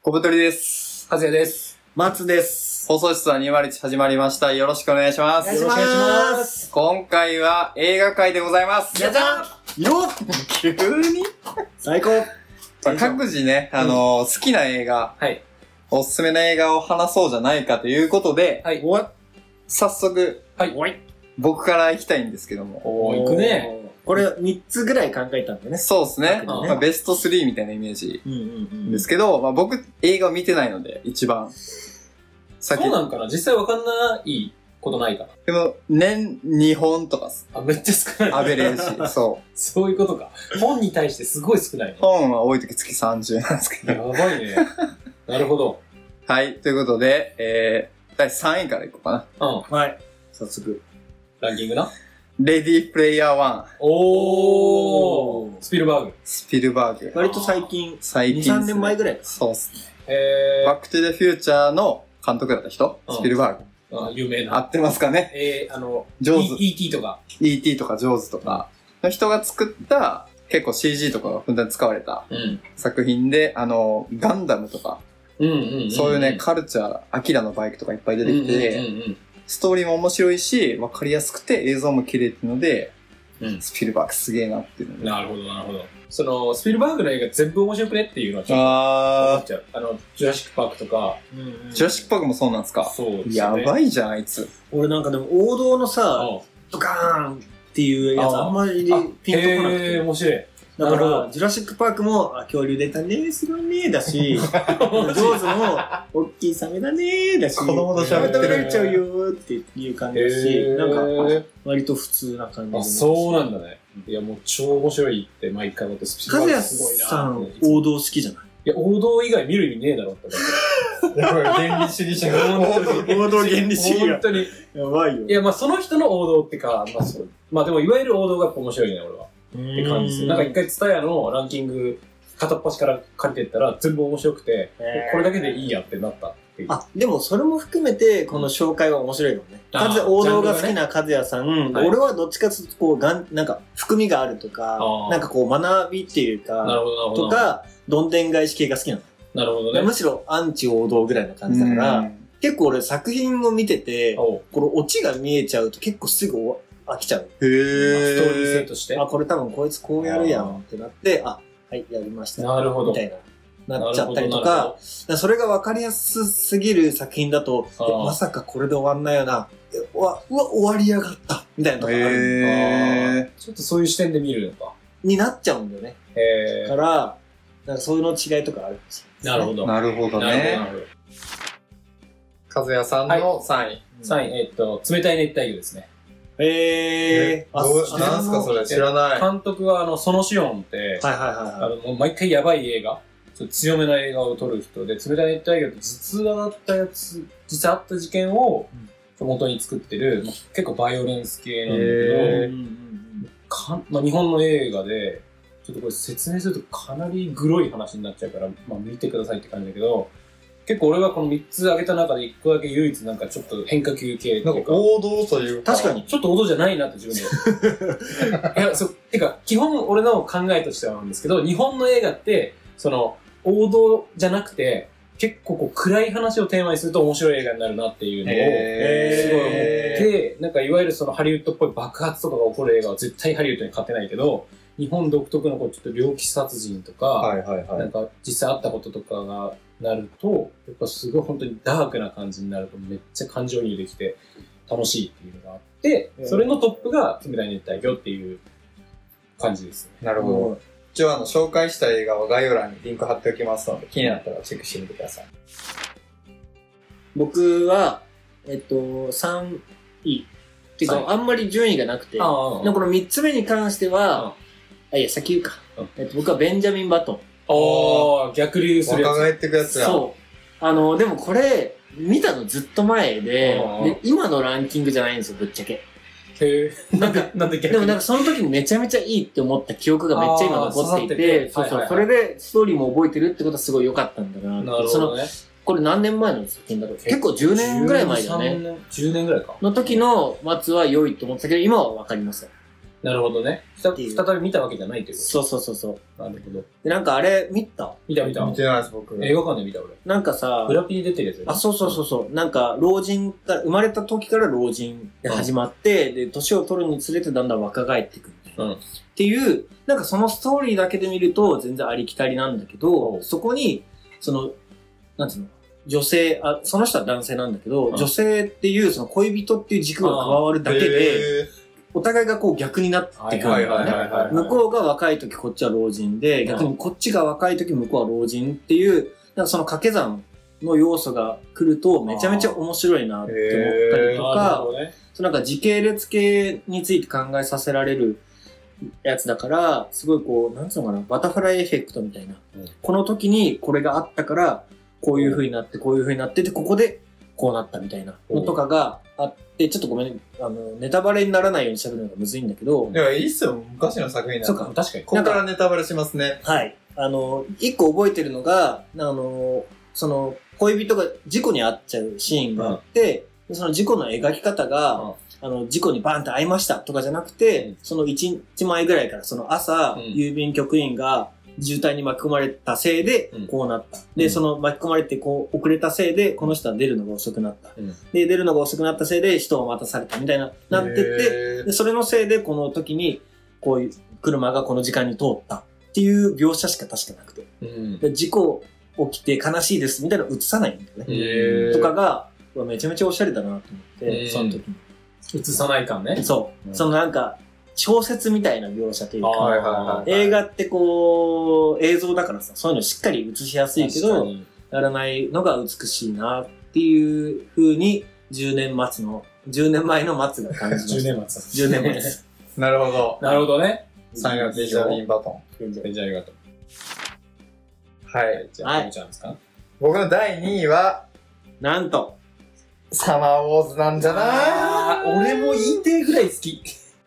小太りです。 和也です。 松です。 放送室は201始まりました。よろしくお願いします。 よろしくお願いします。 今回は映画会でございます。 やったーよっ急に最高。 各自ね、好きな映画、 はい。 おすすめな映画を話そうじゃないかということで、 はい。 早速、 はい。 僕から行きたいんですけども。 行くね。 これ3つぐらい考えたんだね。 そうですね。ベスト3みたいなイメージですけど、僕映画を見てないので、一番。 そうなんかな？実際わかんないことないかな。 でも、年2本とかめっちゃ少ない。 アベレージ。そう。 そういうことか。本に対してすごい少ないね。 本は多い時月30なんですけど。 やばいね。なるほど。 はい。ということで、第3位からいこうかな。 はい。早速。 ランキングな。 レディープレイヤー1。 おー。スピルバーグ。 スピルバーグ。 割と最近。 最近、 2、3年前ぐらい。 そうっすね。バックトゥザフューチャーの監督だった人、スピルバーグ。 有名な。 合ってますかね？ ジョーズ。E.T. とか。 E.T. とかジョーズとかの人が作った結構 CG とかがふんだんに使われた作品で、ガンダムとか、そういうね、カルチャー、アキラのバイクとかいっぱい出てきて、ストーリーも面白いし、わかりやすくて映像も綺麗っていうので、スピルバーグすげえなっていうので。 なるほど、なるほど。スピルバーグの映画全部面白くねっていうのはちょっと思っちゃう。ジュラシックパークとか。 ジュラシックパークもそうなんですか？ そうですね。 やばいじゃん、あいつ。 俺なんかでも王道のさ、ドカーンっていうやつあんまりピンとこなくて。 面白い。 だから、ジュラシックパークも、恐竜出たね、すごいね、だし、ジョーズも、大きいサメだね、だし、 子供と喋ってる。 食べられちゃうよーっていう感じだし、なんか、割と普通な感じで。 そうなんだね。いや、もう超面白いって毎回思って、 スピルバーグすごいな。さん、王道好きじゃない？ いや、王道以外見る意味ねえだろって思って。原理主義者が。 王道原理主義が。 本当に。 やばいよ。 いや、まあその人の王道ってか、まあそう。まあでもいわゆる王道がやっぱ面白いね、俺は。って感じです。なんか一回ツタヤのランキング片っ端から借りてったら全部面白くて、これだけでいいやってなったっていう。 でもそれも含めてこの紹介は面白いのね。王道が好きな和也さん、俺はどっちかというとこうなんか含みがあるとか、なんかこう学びっていうか、とか、どんでん返し系が好きなの。 なるほどね。 むしろアンチ王道ぐらいな感じだから、結構俺作品を見てて、このオチが見えちゃうと結構すぐ飽きちゃう。 へー。 ストーリー性として。 これ多分こいつこうやるやんってなって、はい、やりました。 なるほど。 みたいな、なっちゃったりとか、それが分かりやすすぎる作品だと、まさかこれで終わんないよな。終わりやがった。みたいなとこある。 ちょっとそういう視点で見るのか。 になっちゃうんだよね。から、なんかそういうの違いとかあるんですよ。 なるほど。 なるほどね。和也さんの3位。 3位、冷たい熱帯魚ですね。 なんすかそれ知らない。 監督はソノシオンって、もう毎回やばい映画、強めな映画を撮る人で、冷たい熱帯魚って実話だったやつ、実際あった事件を元に作ってる、結構バイオレンス系なんだけど、日本の映画で、ちょっとこれ説明するとかなりグロい話になっちゃうから、見てくださいって感じだけど、結構俺がこの3つ挙げた中で1個だけ唯一なんかちょっと変化球系っていうか。 王道というか。 確かに。ちょっと王道じゃないなって自分で。いや、てか、基本俺の考えとしてはなんですけど、日本の映画って、王道じゃなくて、結構こう暗い話をテーマにすると面白い映画になるなっていうのを、すごい思って、なんかいわゆるハリウッドっぽい爆発とかが起こる映画は絶対ハリウッドに勝てないけど、日本独特のこうちょっと猟奇殺人とか、なんか実際あったこととかがなると、やっぱすごい本当にダークな感じになるとめっちゃ感情移入できて楽しいっていうのがあって、それのトップが冷たい熱帯魚っていう感じですね。 なるほど。一応紹介した映画は概要欄にリンク貼っておきますので、気になったらチェックしてみてください。 僕は、3位。っていうか、あんまり順位がなくて、この3つ目に関しては、いや、先言うか。僕はベンジャミン・バトン。 逆流するやつ。 若返ってくやつや。 そう。でもこれ、見たのずっと前で、今のランキングじゃないんですよ、ぶっちゃけ。 なんで逆に。 でもなんかその時にめちゃめちゃいいって思った記憶がめっちゃ今残っていて、それでストーリーも覚えてるってことはすごい良かったんだな。 なるほどね。 これ何年前の作品だろう？結構10年ぐらい前だよね。 10年ぐらいか。 の時の松は良いと思ってたけど、今はわかりません。 なるほどね。再び見たわけじゃないということ。 そう。 なるほど。 で、なんかあれ、見た。 見てないです、僕。 映画館で見た、俺。 なんかさ、 ブラピー出てるやつ、ね、 あ、そう。なんか、生まれた時から老人で始まって、で、年を取るにつれてだんだん若返っていくみたいな。っていう、なんかそのストーリーだけで見ると全然ありきたりなんだけど、そこに、なんていうの、女性、その人は男性なんだけど、女性っていうその恋人っていう軸が加わるだけで、お互いがこう逆になってくるんだよね。向こうが若い時こっちは老人で、逆にこっちが若い時向こうは老人っていう、なんかその掛け算の要素が来るとめちゃめちゃ面白いなって思ったりとか、なんか時系列系について考えさせられるやつだから、すごいこう、なんつうのかな、バタフライエフェクトみたいな。この時にこれがあったから、こういう風になって、こういう風になってて、ここでこうなったみたいなのとかがあって、ちょっとごめん、ネタバレにならないように喋るのがむずいんだけど。 いや、いいっすよ。昔の作品なんそうか、確かに。 ここからネタバレしますね。 はい。一個覚えてるのが、その、恋人が事故に遭っちゃうシーンがあって、その事故の描き方が、事故にバーンって会いましたとかじゃなくて、その1日前ぐらいから、その朝、郵便局員が渋滞に巻き込まれたせいで、こうなった。で、その巻き込まれてこう遅れたせいで、この人は出るのが遅くなった。で、出るのが遅くなったせいで人を待たされたみたいな、なってって、で、それのせいでこの時に、こういう車がこの時間に通ったっていう描写しか確かなくて。で事故起きて悲しいですみたいなの映さないんだよね。とかが、めちゃめちゃおしゃれだなと思って、その時に。 映さない感ね。 そう。そのなんか、小説みたいな描写というか、映画ってこう、映像だからさ、そういうのしっかり映しやすいけど、やらないのが美しいなっていう風に、10年前の末が感じました。10年末。 なるほど。 なるほどね。 3月ベンジャミン・バトン。 ベンジャミン・バトン。 はい。 じゃあ、ちゃんですか？ 僕の第2位は、 なんと、 サマーウォーズなんじゃない？ 俺も言いてえぐらい好き。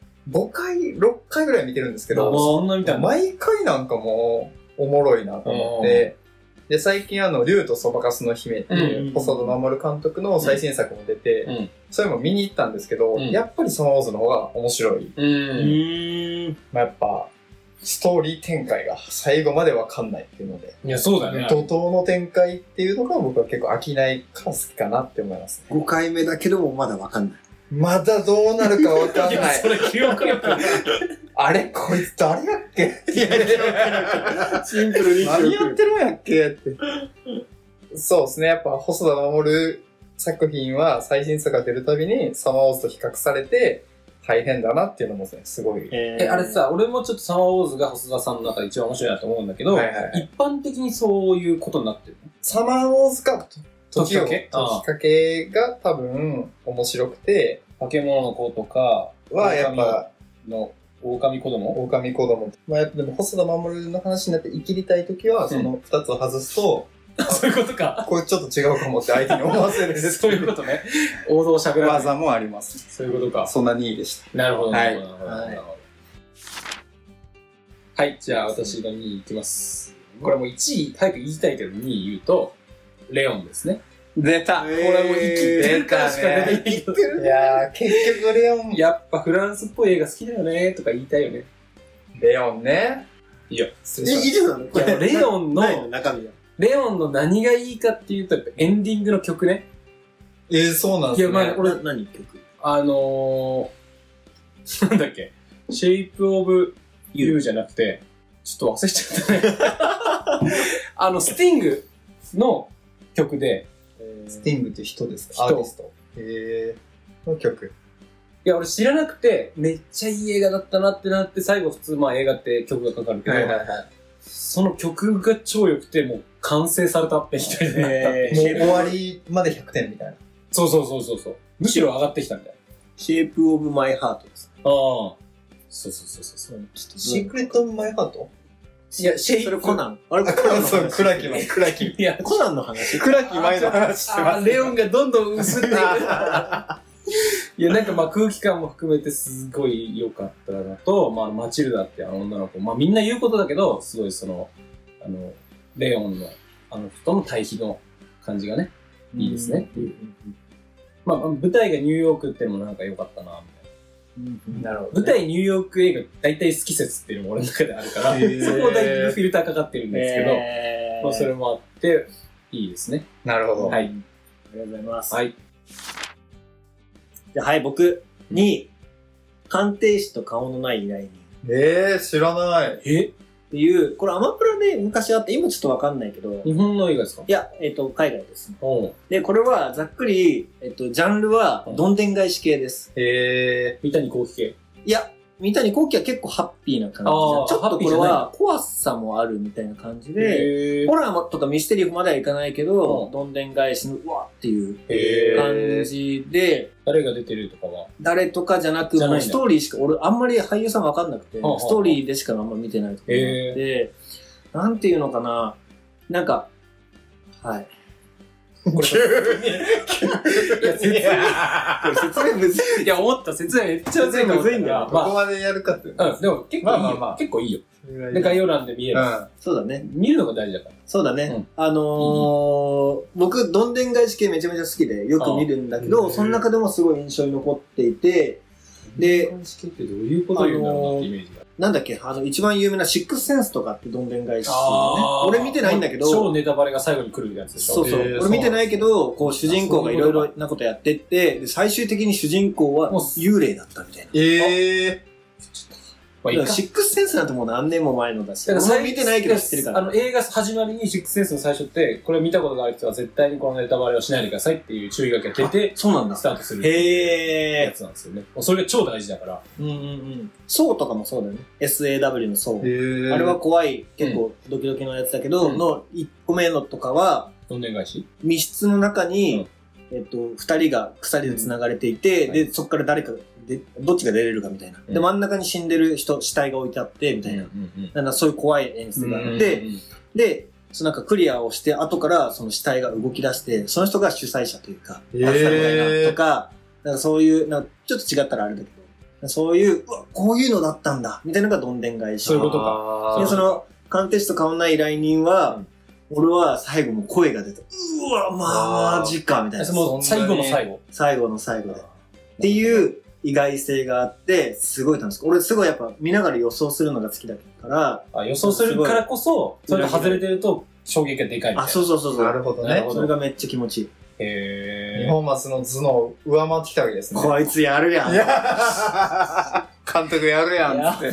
5回、6回ぐらい見てるんですけど、 そんなみたいな。 毎回なんかもう、おもろいなと思って、で、最近竜とそばかすの姫っていう、細田守監督の最新作も出て、それも見に行ったんですけど、やっぱりサマーウォーズの方が面白い。まあ、やっぱ、ストーリー展開が最後までわかんないっていうので。 いや、そうだね。 怒涛の展開っていうのが僕は結構飽きないから好きかなって思いますね。 5回目だけどもまだわかんない。 まだどうなるかわかんない。 それ記憶力。 あれこいつ誰やっけいや、シンプルに。 何やってるんやっけって。そうですね。やっぱ細田守作品は最新作が出るたびにサマーウォーズと比較されて大変だなっていうのもね、すごい。 あれさ、俺もちょっとサマーウォーズが細田さんの中で一番面白いなと思うんだけど、一般的にそういうことになってるの？ サマーウォーズか時かけが多分面白くて、 化け物の子とかはやっぱの狼子供。 まあやっぱでも細田守の話になって生きりたいときはその2つを外すと、 そういうことか。 これちょっと違うかもって相手に思わせるそういうことね。王道しゃべらない。 技もあります。 そういうことか。 そんな2位でした。 なるほど。 はい。 はい、じゃあ私が2位いきます。これもう1位早く言いたいけど2位言うと、レオンですね。 出た。 これも生きてるからしか出てきてる。 いやー、結局レオン。 やっぱフランスっぽい映画好きだよねとか言いたいよね。 レオンね。 いや、 以上なの？これレオンの中身は。 レオンの何がいいかっていうと、やっぱエンディングの曲ね。 そうなんですね。 いや、まあ、俺、 何曲？ なんだっけ、Shape of You じゃなくて、ちょっと忘れちゃったね。スティングの曲で、 スティングって人ですか？アーティスト。の曲。 いや、俺知らなくて、めっちゃいい映画だったなってなって、最後普通、まあ映画って曲がかかるけど、その曲が超良くて、もう完成されたって人になった。もう終わりまで100点みたいな。 そう。むしろ上がってきたみたいな。 シェイプオブマイハートです。 ああ。そう。 シークレットオブマイハート？ いや、シェイプ。 それコナン。あれそう、倉木。 いや、コナンの話。 倉木前の話してます。 レオンがどんどん薄っていく。いや、なんかまあ空気感も含めてすごい良かったなと、まあマチルダって女の子、まあみんな言うことだけど、すごいレオンの人の対比の感じがね、いいですね。まあ舞台がニューヨークってのもなんか良かったな、みたいな。 なるほど。舞台ニューヨーク映画大体好き説っていうのも俺の中であるから、そこだいぶフィルターかかってるんですけど、まあそれもあって、いいですね。 なるほど。 はい。ありがとうございます。 はい。 じゃあ、はい、僕に、鑑定士と顔のない依頼人。知らない。 っていう、これアマプラで昔あって、今ちょっとわかんないけど。 日本の映画ですか？ いや、海外です。で、これはざっくり、ジャンルはどんでん返し系です。 三谷幸喜系？ いや、三谷幸喜は結構ハッピーな感じで、ちょっとこれは怖さもあるみたいな感じで、ホラーとかミステリーまではいかないけど、どんでん返しのうわっていう感じで、 誰が出てるとかは誰とかじゃなく、もうストーリーしか、俺あんまり俳優さんわかんなくて、ストーリーでしかあんま見てないところで、なんていうのかな、なんか、はい。これ説明むずい。 いや、思った。説明めっちゃむずいんだよ。 どこまでやるかって。 でも結構いいよ。結構いいよ。で、概要欄で見える。 そうだね。 見るのが大事だから。 そうだね。僕、どんでん返し系めちゃめちゃ好きでよく見るんだけど、その中でもすごい印象に残っていて、で、 どんでん返し系ってどういうことを言うんだろうなってイメージが。 なんだっけ一番有名なシックスセンスとかってどんでん返し、ね。俺見てないんだけど。 超ネタバレが最後に来るやつでしょ。 そうそう。俺見てないけど、こう主人公がいろいろなことやってって、で最終的に主人公は幽霊だったみたいな。シックスセンスなんてもう何年も前のだし。俺も見てないけど知ってるから。 映画始まりにシックスセンスの最初って、これ見たことがある人は絶対にこのネタバレをしないでくださいっていう注意書きが出て、 そうなんだ。 スタートする。やつなんですよね。それが超大事だから。ソウとかもそうだよね。SAW のソウ。あれは怖い、結構ドキドキのやつだけど、の1個目のとかは、 どんでん返し？ 密室の中に、2人が鎖で繋がれていて、で、そこから誰かで、どっちが出れるかみたいな。で、真ん中に死んでる死体が置いてあって、みたいな。なんかそういう怖い演出があって、で、なんかクリアをして、後からその死体が動き出して、その人が主催者というか、みたいなとか、なんかそういう、なんかちょっと違ったらあれだけど、そういう、うわ、こういうのだったんだ、みたいなのがどんでん返し。 そういうことか。 で、その、鑑定士と変わんない依頼人は、俺は最後も声が出た。うわ、マジか、みたいな。 最後の最後。 最後の最後で。っていう意外性があって、すごい楽しく。俺すごいやっぱ見ながら予想するのが好きだから。 予想するからこそ、それが外れてると衝撃がでかいみたいな。 そう。 なるほどね。 それがめっちゃ気持ちいい。 日本松の頭脳を上回ってきたわけですね。 こいつやるやん。 監督やるやんって。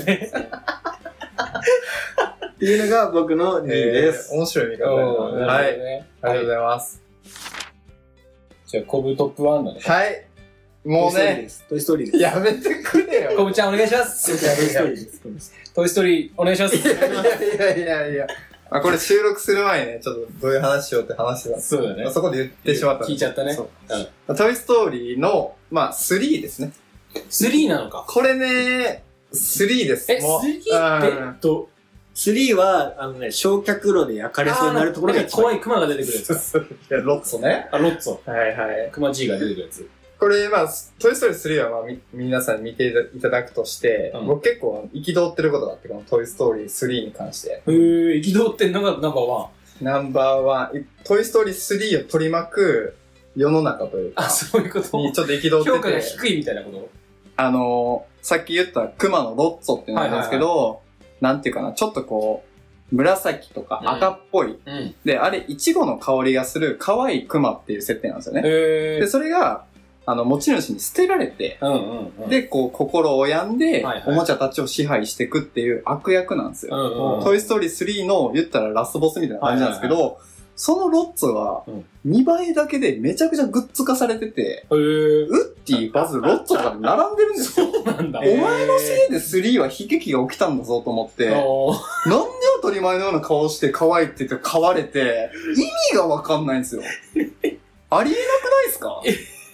っていうのが僕の2位です。 面白い見方だな。はい。ありがとうございます。 じゃあ、コブトップ1だね。 はい。もうね。 トイストーリーです。 やめてくれよ。 コブちゃんお願いします。 トイストーリーです。 トイストーリーお願いします。 いや。これ収録する前にね、ちょっとどういう話しようって話してたんですそうだね。 そこで言ってしまった。 聞いちゃったね。 トイストーリーの、3ですね。 3なのか。 これね、3です。 3って 3は、焼却炉で焼かれそうになるところが怖いクマが出てくるやつ。 ロッツォね。 ロッツォ。 はい。 クマ G が出てくるやつ。 これ、トイストーリー3は皆さん見ていただくとして、僕結構憤ってることがあって、このトイストーリー3に関して。 憤ってんのがナンバーワン。ナンバーワン。トイストーリー3を取り巻く世の中というか。 そういうことにちょっと憤ってて。 評価が低いみたいなことさっき言ったクマのロッツォっていうのなんですけど、なんていうかな、ちょっとこう、紫とか赤っぽい。で、あれ、イチゴの香りがする可愛いクマっていう設定なんですよね。で、それが、持ち主に捨てられて、で、こう、心を病んで、おもちゃたちを支配していくっていう悪役なんですよ。トイストーリー3の言ったらラスボスみたいな感じなんですけど、そのロッツは、2倍だけでめちゃくちゃグッズ化されてて、ウッディ、バズ、ロッツォとかで並んでるんですよ。 そうなんだ。 お前のせいで3は悲劇が起きたんだぞと思って、なんで当たり前のような顔して可愛いって言って飼われて、意味がわかんないんですよ。ありえなくないですか？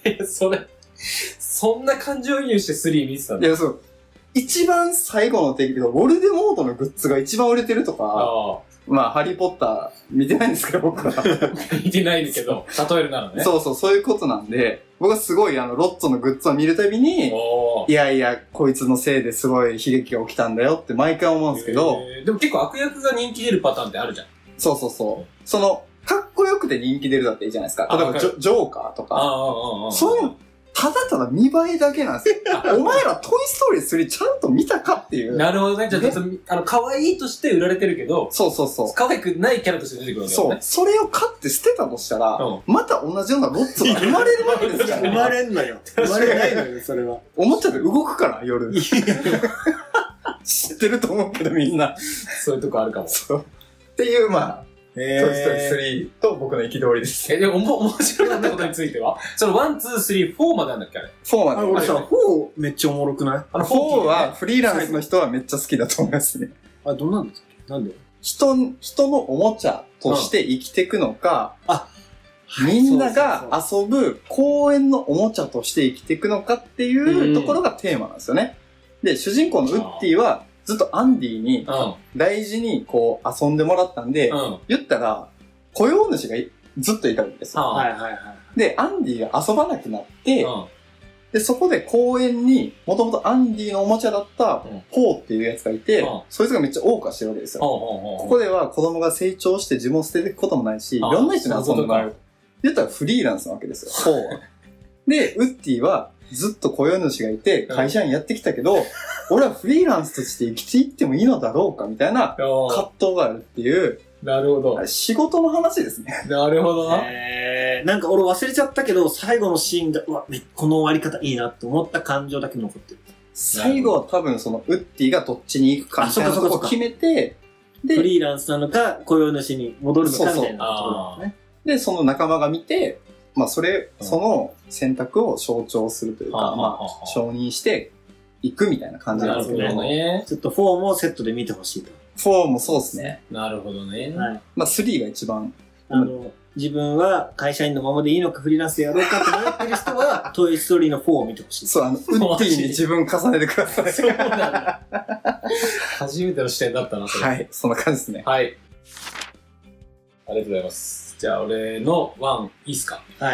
そんな感情移入して3見てたんだ。 いや、そう。一番最後の敵で、ウォルデモートのグッズが一番売れてるとか、ハリーポッター見てないんですけど、僕は。 見てないんだけど、例えるならね。 そういうことなんで、僕はすごいロッツォのグッズを見るたびに、いや、こいつのせいですごい悲劇が起きたんだよって毎回思うんですけど。 でも結構悪役が人気出るパターンってあるじゃん。 そう。かっこよくて人気出るだっていいじゃないですか。例えばジョーカーとか。 ただただ見栄えだけなんですよ。お前らトイストーリー3ちゃんと見たかっていう。 なるほどね。じゃあ、可愛いとして売られてるけど、 そうそうそう。 可愛くないキャラとして出てくるわけだよね。 そう。それを買って捨てたとしたら、また同じようなロッツが生まれるわけですよ。 生まれんのよ。生まれないのよ、それは。 おもちゃで動くから、夜。知ってると思うけど、みんな。 そういうとこあるかも。 そう。っていう、まあ、トイストーリー3と僕の憤りです。 でも、面白かったことについてはその1、2、3、4までなんだっけあれ ?4 まで。 俺さ、4めっちゃおもろくない？ 4はフリーランスの人はめっちゃ好きだと思いますね。 どうなんですか？なんで？ 人のおもちゃとして生きていくのか、みんなが遊ぶ公園のおもちゃとして生きていくのかっていうところがテーマなんですよね。で、主人公のウッディはずっとアンディに大事にこう遊んでもらったんで、言ったら雇用主がずっといたわけですよ。で、アンディが遊ばなくなって、で、そこで公園にもともとアンディのおもちゃだったポーっていうやつがいて、そいつがめっちゃ謳歌してるわけですよ。ここでは子供が成長して自分を捨てていくこともないし、いろんな人に遊んでもらう。言ったらフリーランスなわけですよ。で、ウッディはずっと雇用主がいて会社員やってきたけど、俺はフリーランスとして生きていってもいいのだろうかみたいな葛藤があるっていう。 なるほど。 仕事の話ですね。 なるほどな。 なんか俺忘れちゃったけど、最後のシーンが、この終わり方いいなって思った感情だけ残ってる。 最後は多分そのウッディがどっちに行くかみたいなところを決めて、 で、フリーランスなのか雇用主に戻るのかみたいなところですね。 で、その仲間が見て、まあその選択を象徴するというか、まあ承認していくみたいな感じなんですけどね。ちょっと4もセットで見てほしいと。 4もそうですね。 なるほどね。 まあ3が一番。 自分は会社員のままでいいのかフリーランスでやろうかって迷ってる人は、トイストーリーの4を見てほしい。 そう、ウッディに自分重ねてください。 そうなんだ。初めての視点だったな、それ。 はい、そんな感じですね。 はい。ありがとうございます。じゃあ、俺の1、いいっすか？ はい。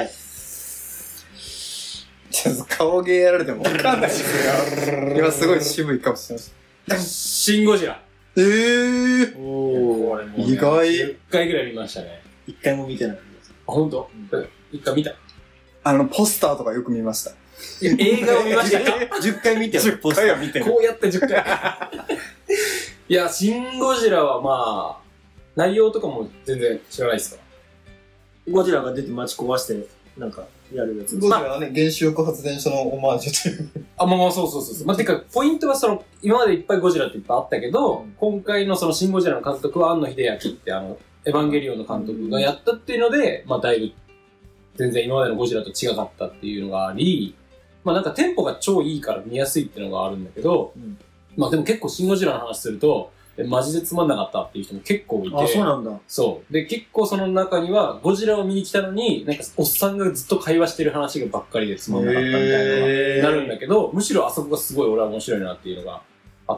ちょっと顔芸やられてもわかんないですよ。今すごい渋い顔してました。 シン・ゴジラ。 おー。 これも意外。 10回ぐらい見ましたね。 1回も見てない。 ほんと？1回見た。 ポスターとかよく見ました。 映画を見ましたか ？10回見てる。 10回は見てる。 こうやって10回。いや、シン・ゴジラはまあ、内容とかも全然知らないですか？ ゴジラが出て街壊して、なんか、やるやつ。 ゴジラはね、原子力発電所のオマージュという。 まあそう。まあ、てか、ポイントは今までいっぱいゴジラっていっぱいあったけど、今回のシン・ゴジラの監督は庵野秀明ってエヴァンゲリオンの監督がやったっていうので、まあだいぶ、全然今までのゴジラと違かったっていうのがあり、まあなんかテンポが超いいから見やすいっていうのがあるんだけど、まあでも結構シン・ゴジラの話すると、マジでつまんなかったっていう人も結構いて。 そうなんだ。 そう。で、結構その中には、ゴジラを見に来たのに、なんかおっさんがずっと会話してる話がばっかりでつまんなかったみたいなのがなるんだけど、むしろあそこがすごい俺は面白いなっていうのがあって、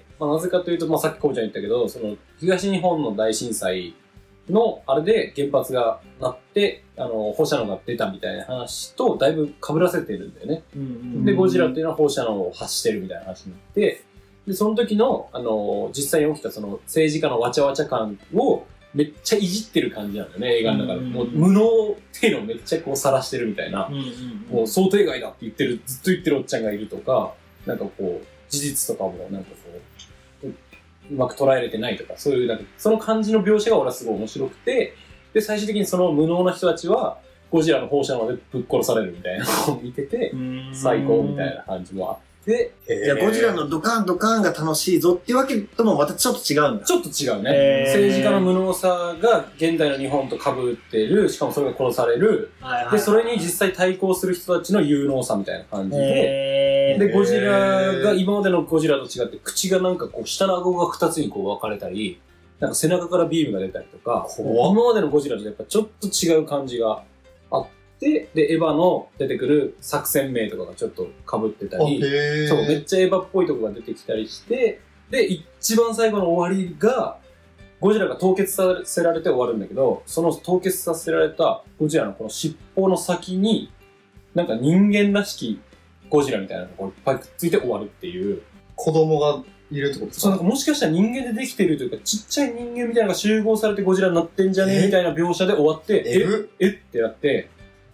まあなぜかというと、まあさっきコウちゃん言ったけど、東日本の大震災の、あれで原発がなって、放射能が出たみたいな話とだいぶ被らせてるんだよね。で、ゴジラっていうのは放射能を発してるみたいな話になって、で、その時の、実際に起きた政治家のわちゃわちゃ感をめっちゃいじってる感じなんだよね、映画の中で。もう無能っていうのをめっちゃこう晒してるみたいな、もう想定外だってずっと言ってるおっちゃんがいるとか、なんかこう、事実とかもなんかこう、うまく捉えれてないとか、そういう、なんか、その感じの描写が俺はすごい面白くて、で、最終的にその無能な人たちは、ゴジラの放射能でぶっ殺されるみたいなのを見てて、最高みたいな感じもあって、 じゃあゴジラのドカンドカンが楽しいぞっていうわけともまたちょっと違うんだ。 ちょっと違うね。政治家の無能さが現代の日本と被ってる、しかもそれが殺される。で、それに実際対抗する人たちの有能さみたいな感じで。で、ゴジラが今までのゴジラと違って、口がなんかこう、下の顎が2つにこう分かれたり、なんか背中からビームが出たりとか、今までのゴジラとやっぱちょっと違う感じがあって、で、エヴァの出てくる作戦名とかがちょっと被ってたり、そう、めっちゃエヴァっぽいとこが出てきたりして、で、一番最後の終わりが、ゴジラが凍結させられて終わるんだけど、その凍結させられたゴジラのこの尻尾の先に、なんか人間らしきゴジラみたいなのがいっぱいくっついて終わるっていう。 子供がいるってことですか？ そう、なんかもしかしたら人間でできてるというか、ちっちゃい人間みたいなのが集合されてゴジラになってんじゃねえみたいな描写で終わって、えってなって、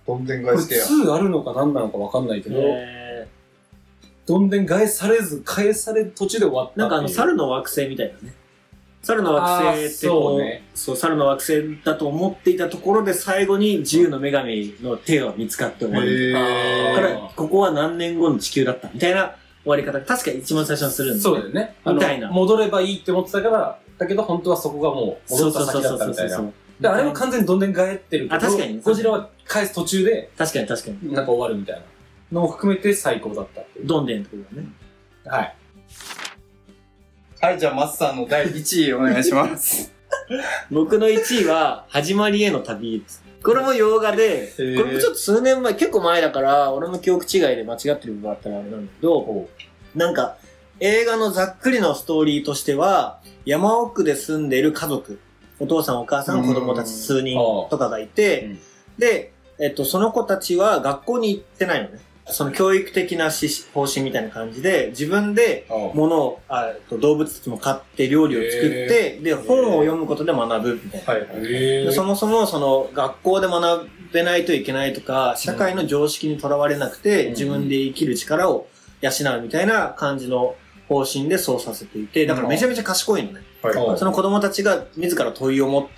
どんでん返し系や。 2あるのか何なのか分かんないけど、どんでん返されず、返され途中で終わった。 なんか猿の惑星みたいなね。猿の惑星ってそう、猿の惑星だと思っていたところで最後に自由の女神の手が見つかって終わる。だから、ここは何年後の地球だったみたいな終わり方。確か一番最初にするんですそうだよね。 みたいな。 戻ればいいって思ってたから、だけど本当はそこがもう戻った先だったみたいな。で、あれも完全にどんでん返ってるけど、 確かにゴジラは返す途中で、 確かに。 なんか終わるみたいなのを含めて最高だったっていう。 どんでんってことだね。 はい。 はい、じゃあ、マスさんの第1位お願いします。 僕の1位は、始まりへの旅です。これも洋画で、これもちょっと数年前、結構前だから、俺の記憶違いで間違ってる部分があったらあれなんだけど、なんか、映画のざっくりのストーリーとしては、山奥で住んでいる家族、お父さんお母さん子供たち数人とかがいて、で、その子たちは学校に行ってないのね。その教育的な方針みたいな感じで、自分で物を、動物たちも飼って料理を作って、で、本を読むことで学ぶみたいな。でそもそもその学校で学べないといけないとか、社会の常識にとらわれなくて、自分で生きる力を養うみたいな感じの方針でそうさせていて、だからめちゃめちゃ賢いのね。その子供たちが自ら問いを持って、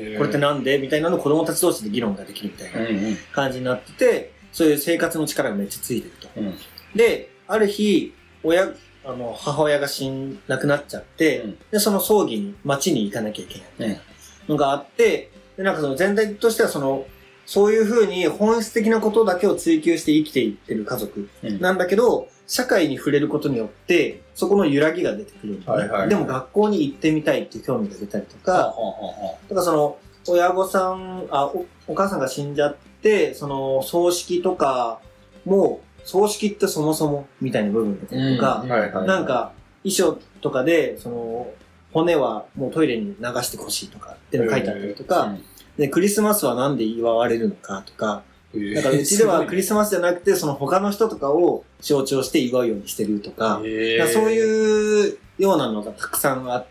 これってなんでみたいなのを子供たち同士で議論ができるみたいな感じになってて、そういう生活の力がめっちゃついてると。で、ある日、母親が亡くなっちゃって、で、その葬儀に、町に行かなきゃいけないみたいなのがあって、で、なんかその全体としてはそういう風に本質的なことだけを追求して生きていってる家族なんだけど、社会に触れることによって、そこの揺らぎが出てくるんだね。でも学校に行ってみたいっていう興味が出たりとか、だから親御さん、お母さんが死んじゃって、葬式とかも、葬式ってそもそもみたいな部分とか、なんか衣装とかで、骨はもうトイレに流してほしいとかっていうの書いてあったりとか、で、クリスマスはなんで祝われるのかとか、だからうちではクリスマスじゃなくて、他の人とかを象徴して祝うようにしてるとか、そういうようなのがたくさんあって、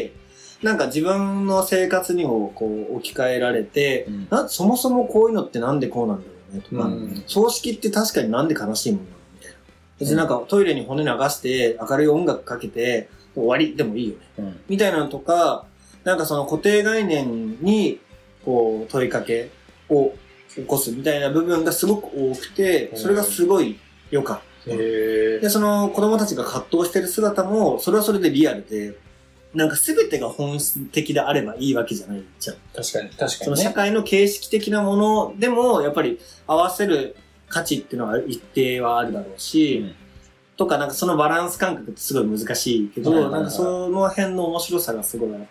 なんか自分の生活にもこう置き換えられて、そもそもこういうのってなんでこうなんだろうねとか、葬式って確かになんで悲しいもんなのみたいな。別になんかトイレに骨流して明るい音楽かけて終わりでもいいよね。みたいなのとか、なんかその固定概念にこう問いかけを起こすみたいな部分がすごく多くて、それがすごい良かった。で、その子供たちが葛藤してる姿も、それはそれでリアルで、なんか全てが本質的であればいいわけじゃないじゃん。 確かに、ね。 その社会の形式的なものでも、やっぱり合わせる価値っていうのは一定はあるだろうし、とかなんかそのバランス感覚ってすごい難しいけど、なんかその辺の面白さがすごいあって、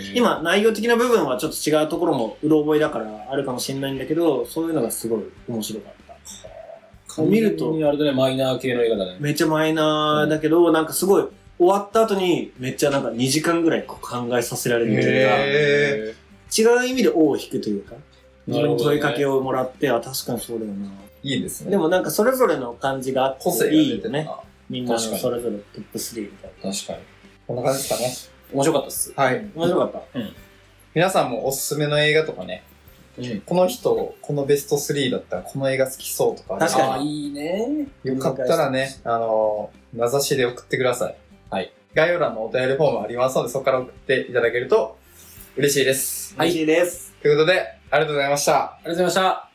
今内容的な部分はちょっと違うところもうろ覚えだからあるかもしれないんだけど、そういうのがすごい面白かった。見ると、 あれだね、マイナー系の映画だね。 めっちゃマイナーだけど、なんかすごい、終わった後にめっちゃなんか2時間ぐらい考えさせられるというか、違う意味で尾を引くというか、自分に問いかけをもらって、確かにそうだよな。 いいですね。 でもなんかそれぞれの感じがあっていいよね。みんなのそれぞれトップ3みたいな。確かに。 こんな感じですかね。 面白かったっす。 はい。 面白かった。 皆さんもおすすめの映画とかね、この人、このベスト3だったらこの映画好きそうとか。 確かに。いいね。 よかったらね、名指しで送ってください。 はい。 概要欄のお便りフォームありますので、そこから送っていただけると嬉しいです。 嬉しいです。 ということで、ありがとうございました。 ありがとうございました。